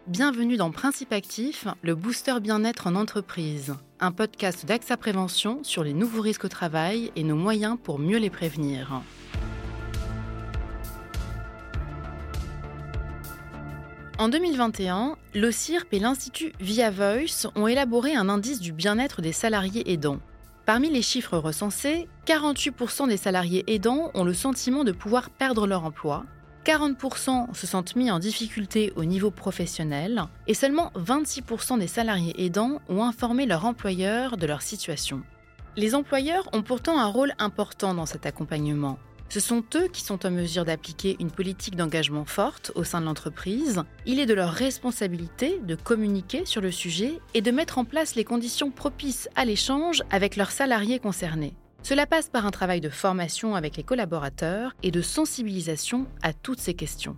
Bienvenue dans Principe Actif, le booster bien-être en entreprise, un podcast d'AXA Prévention sur les nouveaux risques au travail et nos moyens pour mieux les prévenir. En 2021, l'OCIRP et l'Institut Via Voice ont élaboré un indice du bien-être des salariés aidants. Parmi les chiffres recensés, 48% des salariés aidants ont le sentiment de pouvoir perdre leur emploi, 40% se sentent mis en difficulté au niveau professionnel et seulement 26% des salariés aidants ont informé leur employeur de leur situation. Les employeurs ont pourtant un rôle important dans cet accompagnement. Ce sont eux qui sont en mesure d'appliquer une politique d'engagement forte au sein de l'entreprise. Il est de leur responsabilité de communiquer sur le sujet et de mettre en place les conditions propices à l'échange avec leurs salariés concernés. Cela passe par un travail de formation avec les collaborateurs et de sensibilisation à toutes ces questions.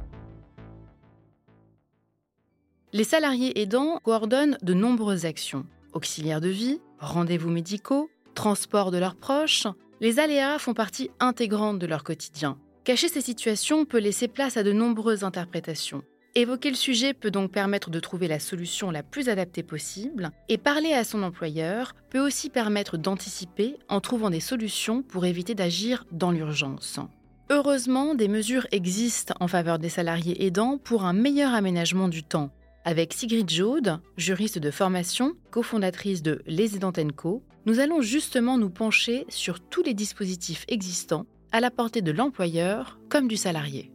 Les salariés aidants coordonnent de nombreuses actions. Auxiliaires de vie, rendez-vous médicaux, transport de leurs proches. Les aléas font partie intégrante de leur quotidien. Cacher ces situations peut laisser place à de nombreuses interprétations. Évoquer le sujet peut donc permettre de trouver la solution la plus adaptée possible, et parler à son employeur peut aussi permettre d'anticiper en trouvant des solutions pour éviter d'agir dans l'urgence. Heureusement, des mesures existent en faveur des salariés aidants pour un meilleur aménagement du temps. Avec Sigrid Jaude, juriste de formation, cofondatrice de Les Aidants & Co, nous allons justement nous pencher sur tous les dispositifs existants à la portée de l'employeur comme du salarié.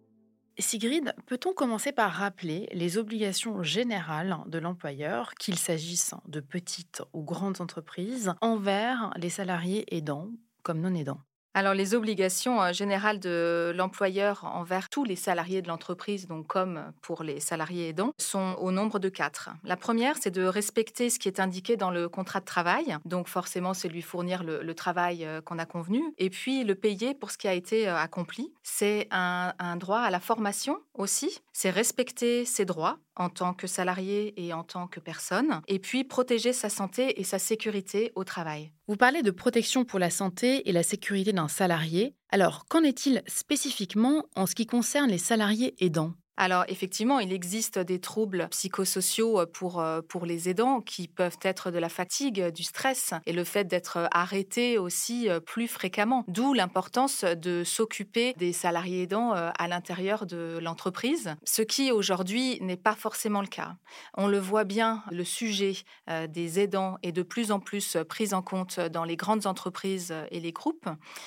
Sigrid, peut-on commencer par rappeler les obligations générales de l'employeur, qu'il s'agisse de petites ou grandes entreprises, envers les salariés aidants comme non aidants ? Alors, les obligations générales de l'employeur envers tous les salariés de l'entreprise, donc comme pour les salariés aidants, sont au nombre de 4. La première, c'est de respecter ce qui est indiqué dans le contrat de travail. Donc, forcément, c'est lui fournir le travail qu'on a convenu. Et puis, le payer pour ce qui a été accompli. C'est un droit à la formation aussi. C'est respecter ses droits en tant que salarié et en tant que personne. Et puis, protéger sa santé et sa sécurité au travail. Vous parlez de protection pour la santé et la sécurité d'un salarié. Alors, qu'en est-il spécifiquement en ce qui concerne les salariés aidants ? Alors, effectivement, il existe des troubles psychosociaux pour les aidants qui peuvent être de la fatigue, du stress et le fait d'être arrêté aussi plus fréquemment. D'où l'importance de s'occuper des salariés aidants à l'intérieur de l'entreprise, ce qui aujourd'hui n'est pas forcément le cas. On le voit bien, le sujet des aidants est de plus en plus pris en compte dans les grandes entreprises et les groupes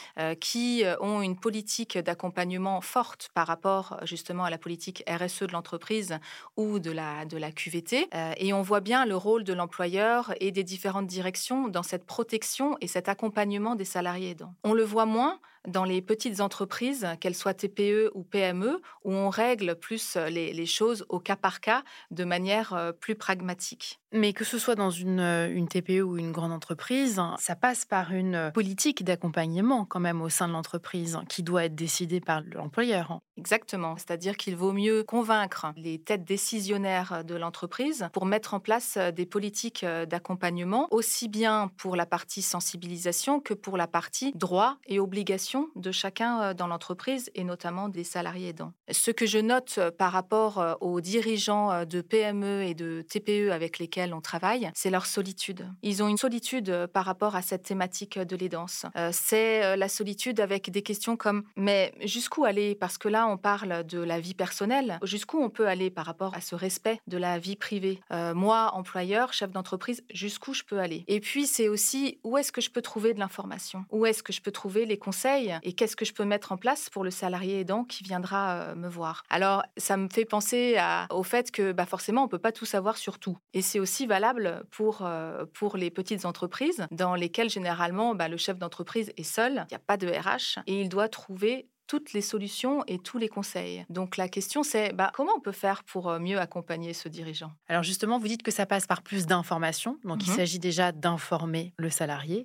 qui ont une politique d'accompagnement forte par rapport justement à la politique RSE de l'entreprise ou de la QVT. Et on voit bien le rôle de l'employeur et des différentes directions dans cette protection et cet accompagnement des salariés aidants. On le voit moins dans les petites entreprises, qu'elles soient TPE ou PME, où on règle plus les choses au cas par cas de manière plus pragmatique. Mais que ce soit dans une TPE ou une grande entreprise, ça passe par une politique d'accompagnement quand même au sein de l'entreprise qui doit être décidée par l'employeur. Exactement, c'est-à-dire qu'il vaut mieux convaincre les têtes décisionnaires de l'entreprise pour mettre en place des politiques d'accompagnement, aussi bien pour la partie sensibilisation que pour la partie droits et obligations de chacun dans l'entreprise et notamment des salariés aidants. Ce que je note par rapport aux dirigeants de PME et de TPE avec lesquels on travaille, c'est leur solitude. Ils ont une solitude par rapport à cette thématique de l'aidance. C'est la solitude avec des questions comme « mais jusqu'où aller ?» Parce que là, on parle de la vie personnelle. Jusqu'où on peut aller par rapport à ce respect de la vie privée ? Moi, employeur, chef d'entreprise, jusqu'où je peux aller ? Et puis, c'est aussi où est-ce que je peux trouver de l'information ? Où est-ce que je peux trouver les conseils ? Et qu'est-ce que je peux mettre en place pour le salarié aidant qui viendra me voir ? Alors, ça me fait penser au fait que forcément, on ne peut pas tout savoir sur tout. Et c'est aussi valable pour les petites entreprises dans lesquelles, généralement, le chef d'entreprise est seul, il n'y a pas de RH, et il doit trouver toutes les solutions et tous les conseils. Donc la question c'est comment on peut faire pour mieux accompagner ce dirigeant ? Alors justement, vous dites que ça passe par plus d'informations. Donc il s'agit déjà d'informer le salarié,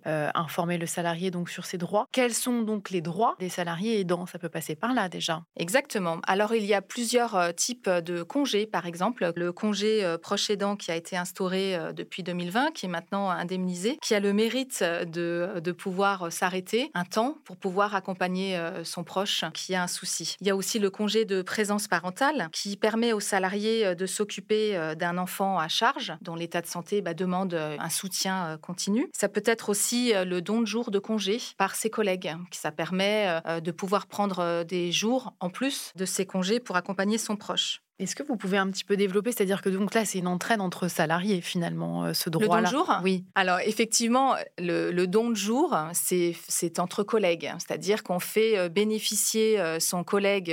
donc sur ses droits. Quels sont donc les droits des salariés aidants ? Ça peut passer par là déjà. Exactement. Alors il y a plusieurs types de congés, par exemple. Le congé proche aidant qui a été instauré depuis 2020, qui est maintenant indemnisé, qui a le mérite de pouvoir s'arrêter un temps pour pouvoir accompagner son proche proche qui a un souci. Il y a aussi le congé de présence parentale qui permet aux salariés de s'occuper d'un enfant à charge dont l'état de santé demande un soutien continu. Ça peut être aussi le don de jours de congé par ses collègues. Ça permet de pouvoir prendre des jours en plus de ses congés pour accompagner son proche. Est-ce que vous pouvez un petit peu développer? C'est-à-dire que donc là, c'est une entraide entre salariés finalement, ce Le don de droit-là? jour? Oui. Alors effectivement, le don de jour, c'est entre collègues. C'est-à-dire qu'on fait bénéficier son collègue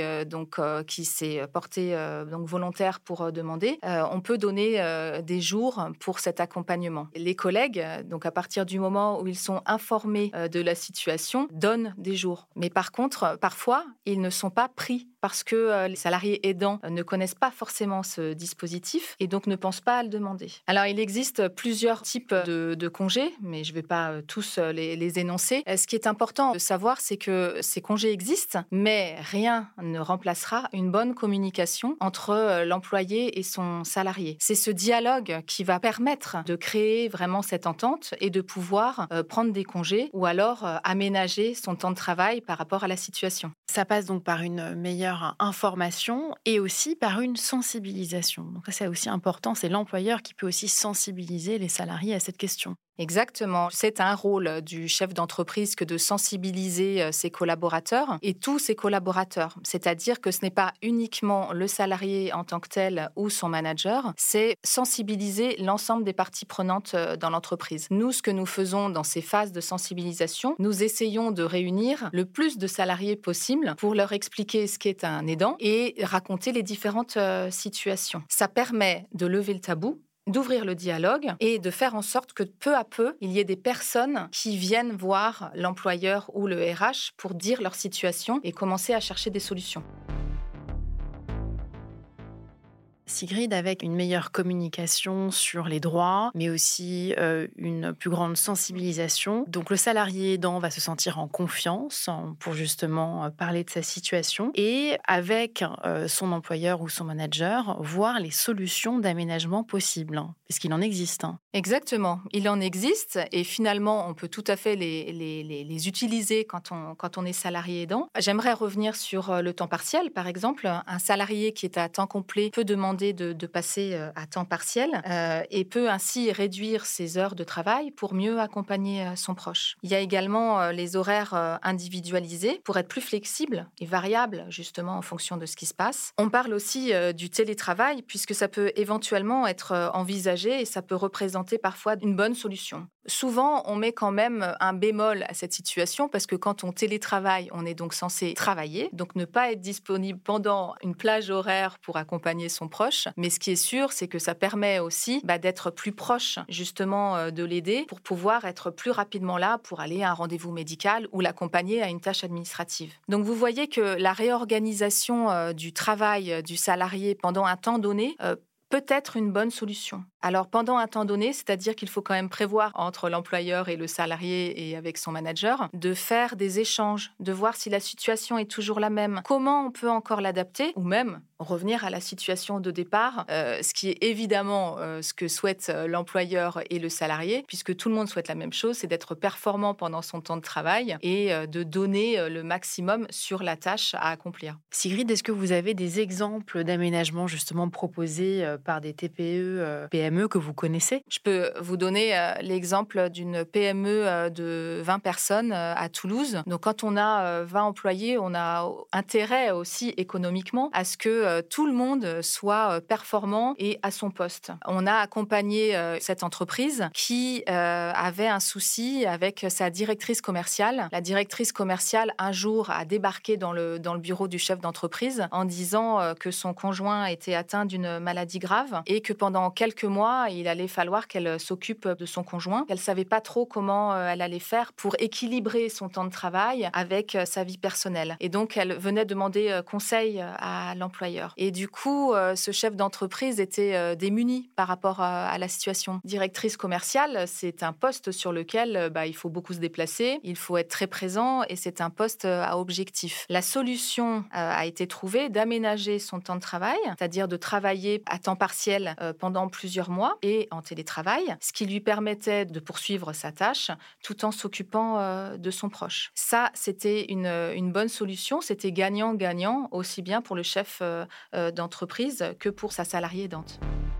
qui s'est porté donc volontaire pour demander. On peut donner des jours pour cet accompagnement. Les collègues, donc à partir du moment où ils sont informés de la situation, donnent des jours. Mais par contre, parfois, ils ne sont pas pris parce que les salariés aidants ne connaissent pas forcément ce dispositif et donc ne pensent pas à le demander. Alors, il existe plusieurs types de congés, mais je ne vais pas tous les énoncer. Ce qui est important de savoir, c'est que ces congés existent, mais rien ne remplacera une bonne communication entre l'employé et son salarié. C'est ce dialogue qui va permettre de créer vraiment cette entente et de pouvoir prendre des congés ou alors aménager son temps de travail par rapport à la situation. Ça passe donc par une meilleure information et aussi par une sensibilisation. Donc ça, c'est aussi important, c'est l'employeur qui peut aussi sensibiliser les salariés à cette question. Exactement. C'est un rôle du chef d'entreprise que de sensibiliser ses collaborateurs et tous ses collaborateurs. C'est-à-dire que ce n'est pas uniquement le salarié en tant que tel ou son manager, c'est sensibiliser l'ensemble des parties prenantes dans l'entreprise. Nous, ce que nous faisons dans ces phases de sensibilisation, nous essayons de réunir le plus de salariés possible pour leur expliquer ce qu'est un aidant et raconter les différentes situations. Ça permet de lever le tabou, d'ouvrir le dialogue et de faire en sorte que peu à peu, il y ait des personnes qui viennent voir l'employeur ou le RH pour dire leur situation et commencer à chercher des solutions. Sigrid, avec une meilleure communication sur les droits, mais aussi une plus grande sensibilisation. Donc le salarié aidant va se sentir en confiance pour justement parler de sa situation et avec son employeur ou son manager, voir les solutions d'aménagement possibles, puisqu'il en existe. Exactement, il en existe et finalement on peut tout à fait les utiliser quand on est salarié aidant. J'aimerais revenir sur le temps partiel par exemple. Un salarié qui est à temps complet peut demander de passer à temps partiel et peut ainsi réduire ses heures de travail pour mieux accompagner son proche. Il y a également les horaires individualisés pour être plus flexibles et variables justement en fonction de ce qui se passe. On parle aussi du télétravail puisque ça peut éventuellement être envisagé et ça peut représenter parfois une bonne solution. Souvent, on met quand même un bémol à cette situation parce que quand on télétravaille, on est donc censé travailler, donc ne pas être disponible pendant une plage horaire pour accompagner son proche. Mais ce qui est sûr, c'est que ça permet aussi d'être plus proche justement de l'aider pour pouvoir être plus rapidement là pour aller à un rendez-vous médical ou l'accompagner à une tâche administrative. Donc vous voyez que la réorganisation du travail du salarié pendant un temps donné peut être une bonne solution. Alors, pendant un temps donné, c'est-à-dire qu'il faut quand même prévoir entre l'employeur et le salarié et avec son manager, de faire des échanges, de voir si la situation est toujours la même, comment on peut encore l'adapter, ou même revenir à la situation de départ, ce qui est évidemment ce que souhaitent l'employeur et le salarié, puisque tout le monde souhaite la même chose, c'est d'être performant pendant son temps de travail et de donner le maximum sur la tâche à accomplir. Sigrid, est-ce que vous avez des exemples d'aménagements justement proposés par des TPE, PME que vous connaissez? Je peux vous donner l'exemple d'une PME de 20 personnes à Toulouse. Donc, quand on a 20 employés, on a intérêt aussi économiquement à ce que tout le monde soit performant et à son poste. On a accompagné cette entreprise qui avait un souci avec sa directrice commerciale. La directrice commerciale, un jour, a débarqué dans le bureau du chef d'entreprise en disant que son conjoint était atteint d'une maladie grave et que pendant quelques mois, il allait falloir qu'elle s'occupe de son conjoint. Elle ne savait pas trop comment elle allait faire pour équilibrer son temps de travail avec sa vie personnelle. Et donc, elle venait demander conseil à l'employeur. Et du coup, ce chef d'entreprise était démuni par rapport à la situation. Directrice commerciale, c'est un poste sur lequel il faut beaucoup se déplacer, il faut être très présent et c'est un poste à objectif. La solution a été trouvée d'aménager son temps de travail, c'est-à-dire de travailler à temps temps partiel pendant plusieurs mois et en télétravail, ce qui lui permettait de poursuivre sa tâche tout en s'occupant de son proche. Ça, c'était une bonne solution. C'était gagnant-gagnant, aussi bien pour le chef d'entreprise que pour sa salariée aidante.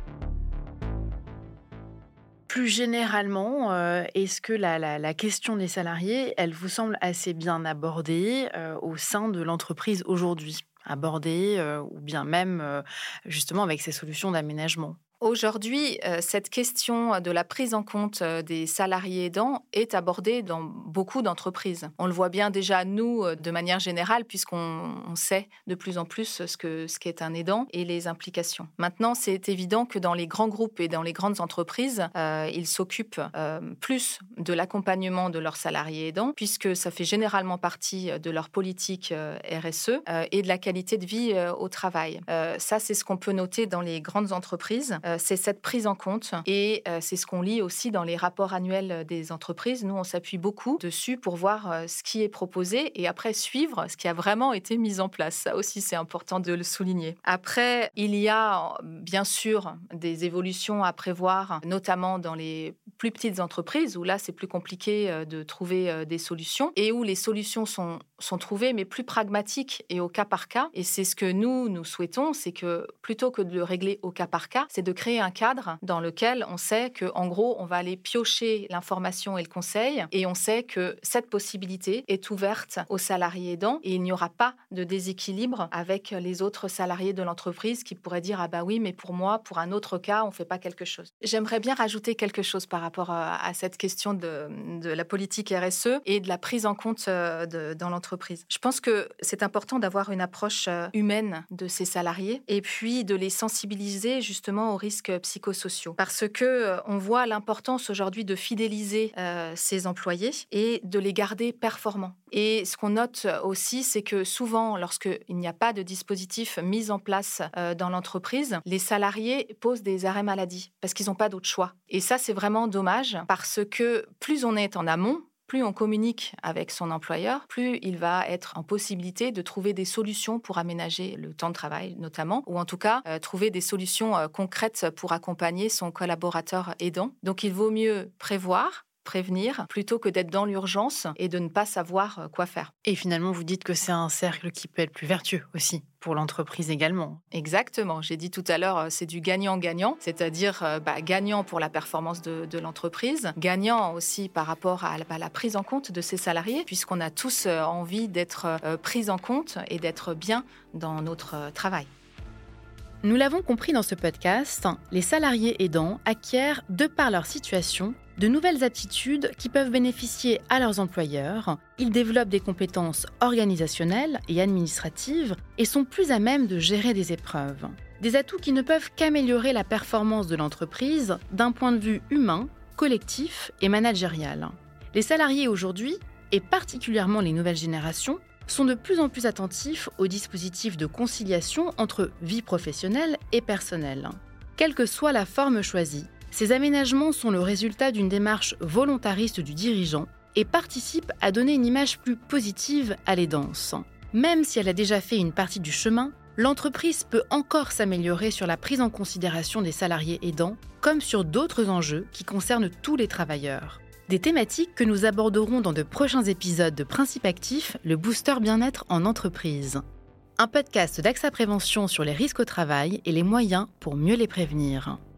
Plus généralement, est-ce que la question des salariés, elle vous semble assez bien abordée au sein de l'entreprise aujourd'hui? Abordée ou bien même justement avec ces solutions d'aménagement? Aujourd'hui, cette question de la prise en compte des salariés aidants est abordée dans beaucoup d'entreprises. On le voit bien déjà, nous, de manière générale, puisqu'on sait de plus en plus ce qu'est un aidant et les implications. Maintenant, c'est évident que dans les grands groupes et dans les grandes entreprises, ils s'occupent plus de l'accompagnement de leurs salariés aidants, puisque ça fait généralement partie de leur politique RSE et de la qualité de vie au travail. Ça, c'est ce qu'on peut noter dans les grandes entreprises. C'est cette prise en compte et c'est ce qu'on lit aussi dans les rapports annuels des entreprises. Nous, on s'appuie beaucoup dessus pour voir ce qui est proposé et après suivre ce qui a vraiment été mis en place. Ça aussi, c'est important de le souligner. Après, il y a bien sûr des évolutions à prévoir, notamment dans les plus petites entreprises où là, c'est plus compliqué de trouver des solutions et où les solutions sont trouvées, mais plus pragmatiques et au cas par cas. Et c'est ce que nous souhaitons, c'est que plutôt que de le régler au cas par cas, c'est de créer un cadre dans lequel on sait qu'en gros, on va aller piocher l'information et le conseil et on sait que cette possibilité est ouverte aux salariés aidants et il n'y aura pas de déséquilibre avec les autres salariés de l'entreprise qui pourraient dire « Ah bah oui, mais pour moi, pour un autre cas, on ne fait pas quelque chose ». J'aimerais bien rajouter quelque chose par rapport à cette question de la politique RSE et de la prise en compte dans l'entreprise. Je pense que c'est important d'avoir une approche humaine de ces salariés et puis de les sensibiliser justement aux risques psychosociaux. Parce que on voit l'importance aujourd'hui de fidéliser ces employés et de les garder performants. Et ce qu'on note aussi, c'est que souvent, lorsqu'il n'y a pas de dispositif mis en place dans l'entreprise, les salariés posent des arrêts maladie parce qu'ils n'ont pas d'autre choix. Et ça, c'est vraiment dommage parce que plus on est en amont, plus on communique avec son employeur, plus il va être en possibilité de trouver des solutions pour aménager le temps de travail notamment, ou en tout cas trouver des solutions concrètes pour accompagner son collaborateur aidant. Donc il vaut mieux prévenir, plutôt que d'être dans l'urgence et de ne pas savoir quoi faire. Et finalement, vous dites que c'est un cercle qui peut être plus vertueux aussi, pour l'entreprise également. Exactement. J'ai dit tout à l'heure, c'est du gagnant-gagnant, c'est-à-dire gagnant pour la performance de l'entreprise, gagnant aussi par rapport à la prise en compte de ses salariés, puisqu'on a tous envie d'être pris en compte et d'être bien dans notre travail. Nous l'avons compris dans ce podcast, les salariés aidants acquièrent, de par leur situation, de nouvelles aptitudes qui peuvent bénéficier à leurs employeurs. Ils développent des compétences organisationnelles et administratives et sont plus à même de gérer des épreuves. Des atouts qui ne peuvent qu'améliorer la performance de l'entreprise d'un point de vue humain, collectif et managérial. Les salariés aujourd'hui, et particulièrement les nouvelles générations, sont de plus en plus attentifs aux dispositifs de conciliation entre vie professionnelle et personnelle. Quelle que soit la forme choisie, ces aménagements sont le résultat d'une démarche volontariste du dirigeant et participent à donner une image plus positive à l'aidance. Même si elle a déjà fait une partie du chemin, l'entreprise peut encore s'améliorer sur la prise en considération des salariés aidants, comme sur d'autres enjeux qui concernent tous les travailleurs. Des thématiques que nous aborderons dans de prochains épisodes de Principe Actif, le booster bien-être en entreprise. Un podcast d'AXA Prévention sur les risques au travail et les moyens pour mieux les prévenir.